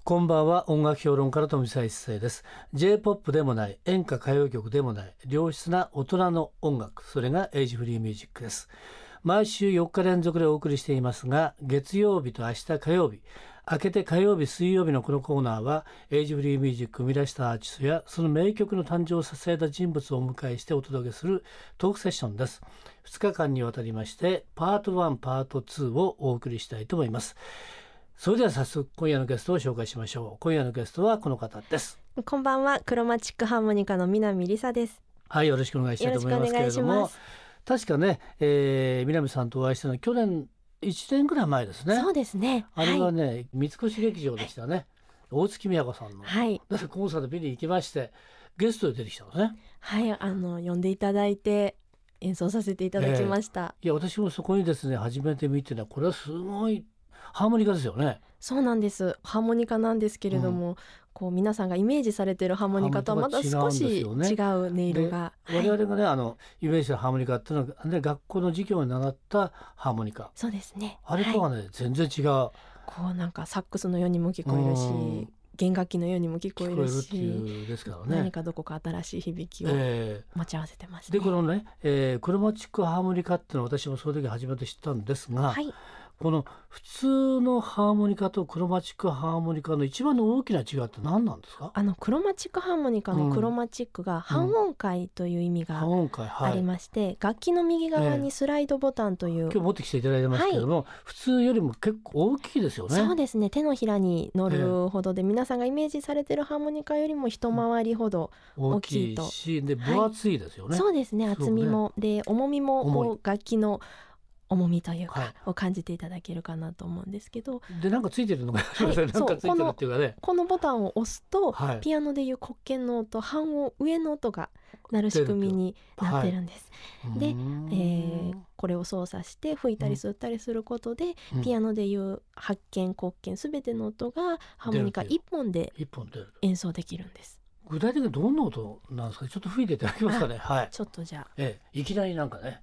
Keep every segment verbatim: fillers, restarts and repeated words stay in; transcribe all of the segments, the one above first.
こんばんは。音楽評論家の富澤一世です。 J-ポップ でもない、演歌歌謡曲でもない、良質な大人の音楽、それがエイジフリーミュージックです。毎週よっか連続でお送りしていますが、月曜日と明日火曜日、明けて火曜日水曜日のこのコーナーは、エイジフリーミュージックを生み出したアーティストやその名曲の誕生を支えた人物をお迎えしてお届けするトークセッションです。ふつかかんにわたりましてパートワンパートツーをお送りしたいと思います。それでは早速今夜のゲストを紹介しましょう。今夜のゲストはこの方です。 こんばんは。クロマチックハーモニカの南りさです。 はい、よろしくお願いしたいと思いますけれども、確かね、えー、南さんとお会いしたのは去年いちねんぐらい前ですね。 そうですね。 あれはね、はい、三越劇場でしたね。大月みやこさんの、 はい、 だコンサート見に行きまして、ゲストで出てきたのね。 はい、あの呼んでいただいて演奏させていただきました、 えー、いや私もそこにですね初めて見てね、これはすごいハーモニカですよね。 そうなんです。ハーモニカなんですけれども、うん、こう皆さんがイメージされているハーモニカとはまた少し違う音色が、 ね、我々がね、はい、あのイメージしたハーモニカっていうのは、ね、学校の授業に習ったハーモニカ。 そうですね。 あれとはね、はい、全然違う。 こうなんかサックスのようにも聞こえるし、弦楽器のようにも聞こえるし、 るですからね、 何かどこか新しい響きを持ち合わせてますね。 でこのね、えー、クロマチックハーモニカっていうのは私もその時初めて知ったんですが、はい、この普通のハーモニカとクロマチックハーモニカの一番の大きな違いって何なんですか？ あのクロマチックハーモニカのクロマチックが半音階という意味がありまして、うんはい、楽器の右側にスライドボタンという、えー、 今日持ってきていただいてますけども、はい、普通よりも結構大きいですよね。 そうですね。手のひらに乗るほどで、えー、皆さんがイメージされているハーモニカよりも一回りほど大きいと、 大きいしで分厚いですよね、 はい、そうですね。厚みも、ね、で重みもこう楽器の重みというか、はい、を感じていただけるかなと思うんですけど、 でなんかついてるのが、はい、なんかついてるっていうかね、 このボタンを押すと、はい、ピアノでいう黒鍵の音、半音上の音が鳴る仕組みになってるんです、はい、で、えー、これを操作して吹いたり吸ったりすることで、うん、ピアノでいう発鍵黒鍵すべての音がハーモニカいっぽんで演奏できるんです。 具体的にどんな音なんですか？ちょっと吹いていただけますかね。はい、 ちょっとじゃあ、 ええ、いきなりなんかね、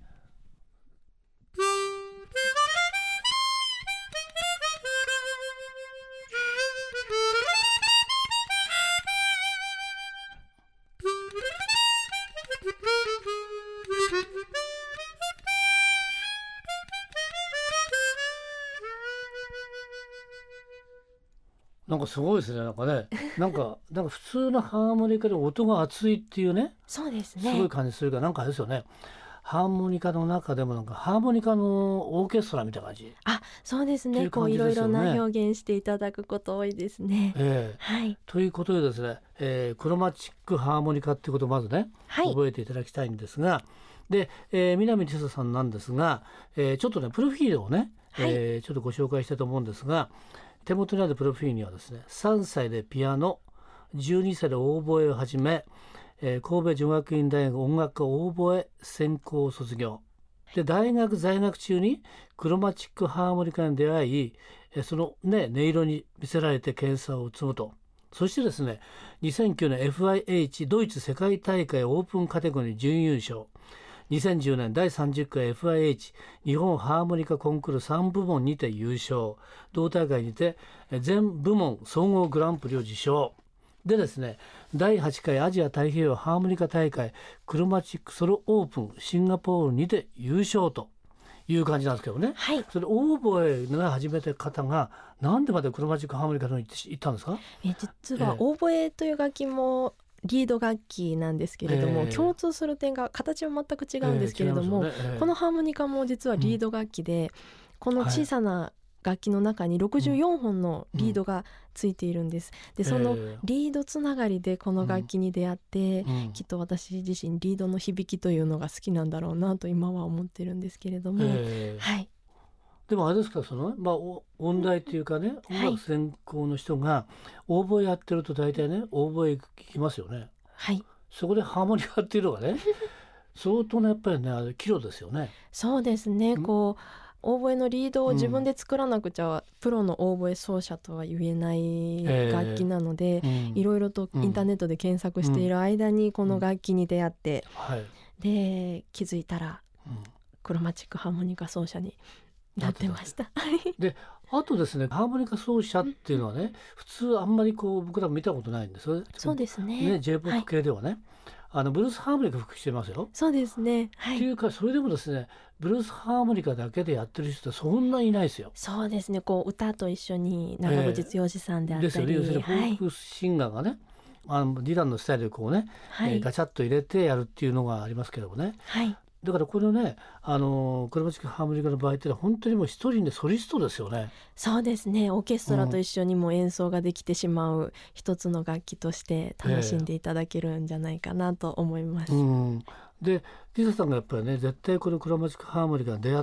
なんかすごいですね。なんかねなんかなんか普通のハーモニカで音が厚いっていうね、 そうですね、 すごい感じするから、なんかあれですよね、ハーモニカの中でもなんかハーモニカのオーケストラみたいな感じ。 あ、そうですね。こういろいろな表現していただくこと多いですね。 えーはい、 ということでですね、えー、クロマチックハーモニカっていうことをまずね、はい、覚えていただきたいんですが、で、えー、南りささんなんですが、えー、ちょっとねプロフィールをね、はい、えー、ちょっとご紹介したいと思うんですが、手元にあるプロフィールにはですね、さんさいでピアノ、じゅうにさいでオーボエを始め、えー、神戸女学院大学音楽科オーボエ専攻を卒業で、大学在学中にクロマチックハーモニカに出会い、えー、その、ね、音色に魅せられて研鑽を積むと、そしてですねにせんきゅうねん エフアイエイチ ドイツ世界大会オープンカテゴリー準優勝、にせんじゅうねんだいさんじゅっかい エフアイエイチ 日本ハーモニカコンクールさんぶもんにて優勝、同大会にて全部門総合グランプリを受賞でですね、だいはちかいアジア太平洋ハーモニカ大会クロマチックソロオープンシンガポールにて優勝という感じなんですけどね、 はい、 それオーボエが始めた方がなんでまでクロマチックハーモニカのに行ったんですか？ え実はオーボエという楽器もリード楽器なんですけれども、えー、共通する点が形は全く違うんですけれども、えーねえー、このハーモニカも実はリード楽器で、うん、この小さな楽器の中にろくじゅうよんほんのリードがついているんです、うん、でそのリードつながりでこの楽器に出会って、うん、きっと私自身リードの響きというのが好きなんだろうなと今は思ってるんですけれども、えー、はい。 でもあれですか、その、まあ、音大というかね、音楽専攻の人がオーボエやってると大体ね、オーボエ聞きますよね。 はい。 そこでハーモニカっていうのがね相当なやっぱりね、あれ岐路ですよね。 そうですね。こうオーボエのリードを自分で作らなくちゃ、うん、プロのオーボエ奏者とは言えない楽器なので、えーうん、いろいろとインターネットで検索している間にこの楽器に出会って、うんはい、で気づいたら、うん、クロマチックハーモニカ奏者になってました。 であとですねハーモニカ奏者っていうのはね、うん、普通あんまりこう僕らも見たことないんですよ。 そうですね。 ね ジェイポップ 系ではね、はい、あのブルースハーモニカ吹くしてますよ。 そうですね。はい、 っていうかそれでもですねブルースハーモニカだけでやってる人ってそんなにいないですよ。 そうですね。こう歌と一緒に長渕剛さんであったり、えー、ですよね。要するにフォークシンガーがね、はい、あのディランのスタイルでこうね、はい、えー、ガチャッと入れてやるっていうのがありますけどもね。はい、だからこれねあのクロマチックハーモニカの場合って本当にもう一人でソリストですよね。 そうですね。オーケストラと一緒にも演奏ができてしまう一つの楽器として楽しんでいただけるんじゃないかなと思います。 えーうんでリサさんがやっぱりね絶対このクロマチックハーモニカに出会って、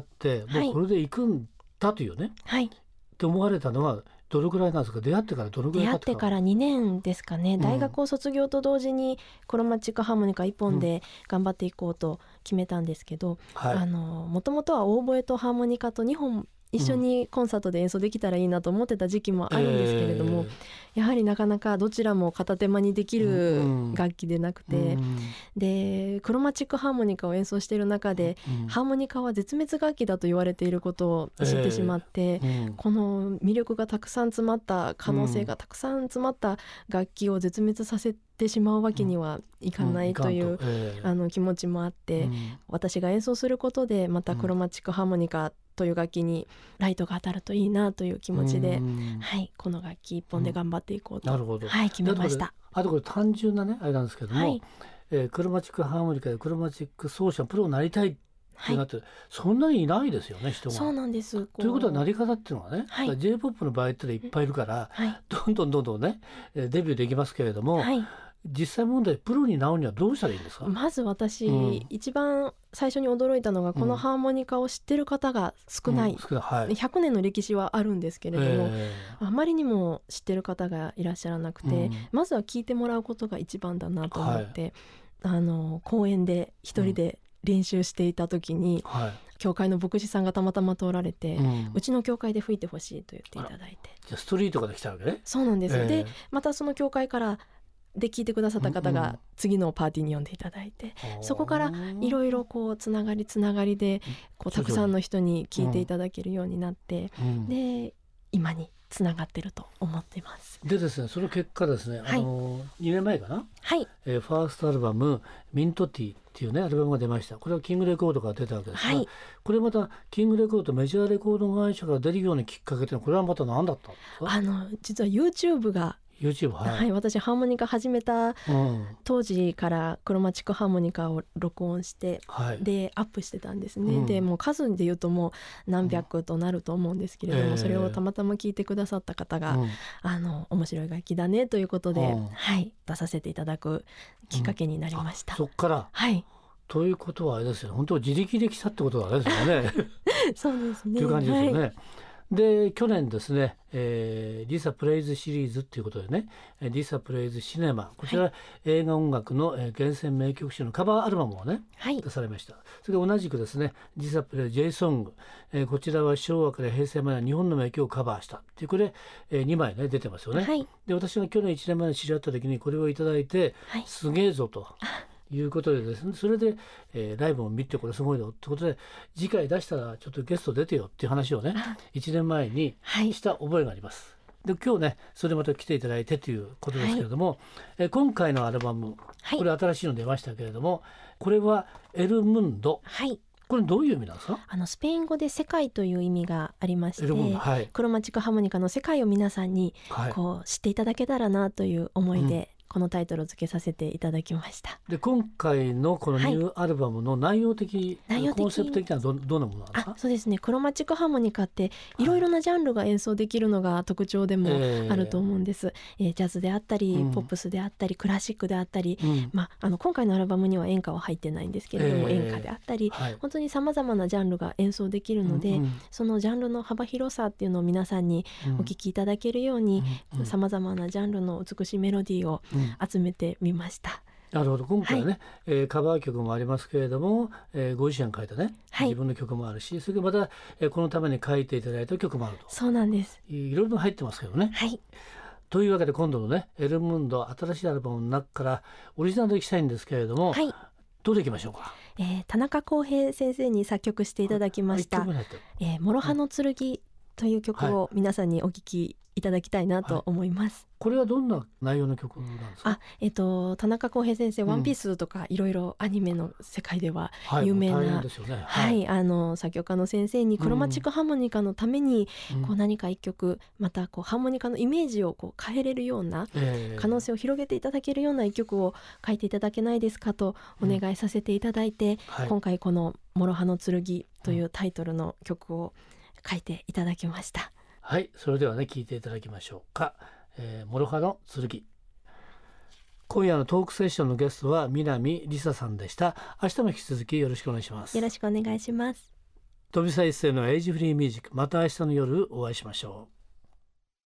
はい、もうこれで行くんだというね、はい、って思われたのはどのくらいなんですか。出会ってからどのくらい経ってから。 出会ってからにねんですかね、うん、大学を卒業と同時にクロマチックハーモニカいっぽんで頑張っていこうと決めたんですけど、うん、あのもともとはオーボエとハーモニカとにほん一緒にコンサートで演奏できたらいいなと思ってた時期もあるんですけれども、えー、やはりなかなかどちらも片手間にできる楽器でなくて、うん、でクロマチックハーモニカを演奏している中で、うん、ハーモニカは絶滅楽器だと言われていることを知ってしまって、えーうん、この魅力がたくさん詰まった可能性がたくさん詰まった楽器を絶滅させてしまうわけにはいかないという、うんうんえー、あの気持ちもあって、うん、私が演奏することでまたクロマチックハーモニカという楽器にライトが当たるといいなという気持ちで、はい、この楽器一本で頑張っていこうと、うん、なるほど、はい、決めました。 あとこれ単純なねあれなんですけども、はい、えー、クロマチックハーモニカでクロマチック奏者プロになりたいってなって、はい、そんなにいないですよね人が。 そうなんです。 ということはなり方っていうのはね、はい、ジェイポップ の場合ってのはいっぱいいるから、はい、どんどんどんどんねデビューできますけれども、はい、実際問題プロになるにはどうしたらいいんですか。 まず私、うん、一番最初に驚いたのがこのハーモニカを知ってる方が少ない、うん、少ない、はい、ひゃくねんの歴史はあるんですけれども、えー、あまりにも知ってる方がいらっしゃらなくて、うん、まずは聞いてもらうことが一番だなと思って、はい、あの公園で一人で練習していた時に、うん、はい、教会の牧師さんがたまたま通られて、うん、うちの教会で吹いてほしいと言っていただいて。 じゃあストリートから来たわけね。 そうなんです、えー、でまたその教会からで聞いてくださった方が次のパーティーに呼んでいただいて、うんうん、そこからいろいろこうつながりつながりでこうたくさんの人に聞いていただけるようになって、うん、で今につながってると思っています。 でですねその結果ですね、はい、あのにねんまえかな、はい、えー、ファーストアルバムミントティーっていうねアルバムが出ました。これはキングレコードから出たわけですが、はい、これまたキングレコードメジャーレコード会社から出るようなきっかけってこれはまた何だったんですか。 あの実は YouTube が YouTube、はいはい、私ハーモニカ始めた当時からクロマチックハーモニカを録音して、はい、でアップしてたんですね、うん、でもう数で言うともう何百となると思うんですけれども、うん、それをたまたま聞いてくださった方が、うん、あの面白い楽器だねということで、うん、はい、出させていただくきっかけになりました、 うん、そっから、はい、ということはあれですよね本当自力で来たってことなんですよねそうですねという感じですよね、はい。で去年ですね、えー、リサプレイズシリーズということでねリサプレイズシネマこちら、はい、映画音楽の、えー、厳選名曲集のカバーアルバムをね、はい、出されました。それから同じくですねリサプレイズ J ソング、えー、こちらは昭和から平成まで日本の名曲をカバーしたっていうこれ、えー、にまいね出てますよね、はい、で私が去年いちねんまえに知り合った時にこれをいただいて、はい、すげえぞということでですねそれで、えー、ライブを見てこれすごいよってことで次回出したらちょっとゲスト出てよっていう話をねいちねんまえにした覚えがあります、はい、で今日ねそれでまた来ていただいてということですけれども、はい、えー、今回のアルバムこれ新しいの出ましたけれども、はい、これはエルムンド、はい、これどういう意味なんですか。 あのスペイン語で世界という意味がありまして、はい、クロマチックハーモニカの世界を皆さんにこう知っていただけたらなという思いで、うん、このタイトルを付けさせていただきました。 で今回のこのニューアルバムの内容的、はい、コンセプト的には ど, どんなものなんですか。 あ、そうですね、クロマチックハーモニカっていろいろなジャンルが演奏できるのが特徴でもあると思うんです、えーえー、ジャズであったり、うん、ポップスであったりクラシックであったり、うん、まあ、あの今回のアルバムには演歌は入ってないんですけれども、えー、演歌であったり、はい、本当にさまざまなジャンルが演奏できるので、うんうん、そのジャンルの幅広さっていうのを皆さんにお聴きいただけるようにさまざまなジャンルの美しいメロディーを集めてみました。 なるほど。今回はね、はい、えー、カバー曲もありますけれども、えー、ご自身が書いたね、はい、自分の曲もあるしそれからまた、えー、このために書いていただいた曲もあると。 そうなんです。 いろいろ入ってますけどね、はい、というわけで今度のねエルムンド新しいアルバムの中からオリジナルでいきたいんですけれども、はい、どうでいきましょうか。 えー、田中康平先生に作曲していただきました「えー、諸刃の剣」という曲を皆さんにお聴きいただきたいなと思います、はい、 これはどんな内容の曲なんですか？ あ、えー、と田中康平先生、うん、ワンピースとかいろいろアニメの世界では有名な、はい、 ですよね、 はい、あの作曲家の先生にクロマチックハーモニカのために、うん、こう何か一曲またこうハーモニカのイメージをこう変えれるような、えー、可能性を広げていただけるような一曲を書いていただけないですかとお願いさせていただいて、うんはい、今回この「諸刃の剣」というタイトルの曲を書いていただきました。 はい、それではね聴いていただきましょうか。えー、諸刃の剣。今夜のトークセッションのゲストは南りささんでした。明日も引き続きよろしくお願いします。 よろしくお願いします。 富澤一世のエイジフリーミュージック、また明日の夜お会いしましょう。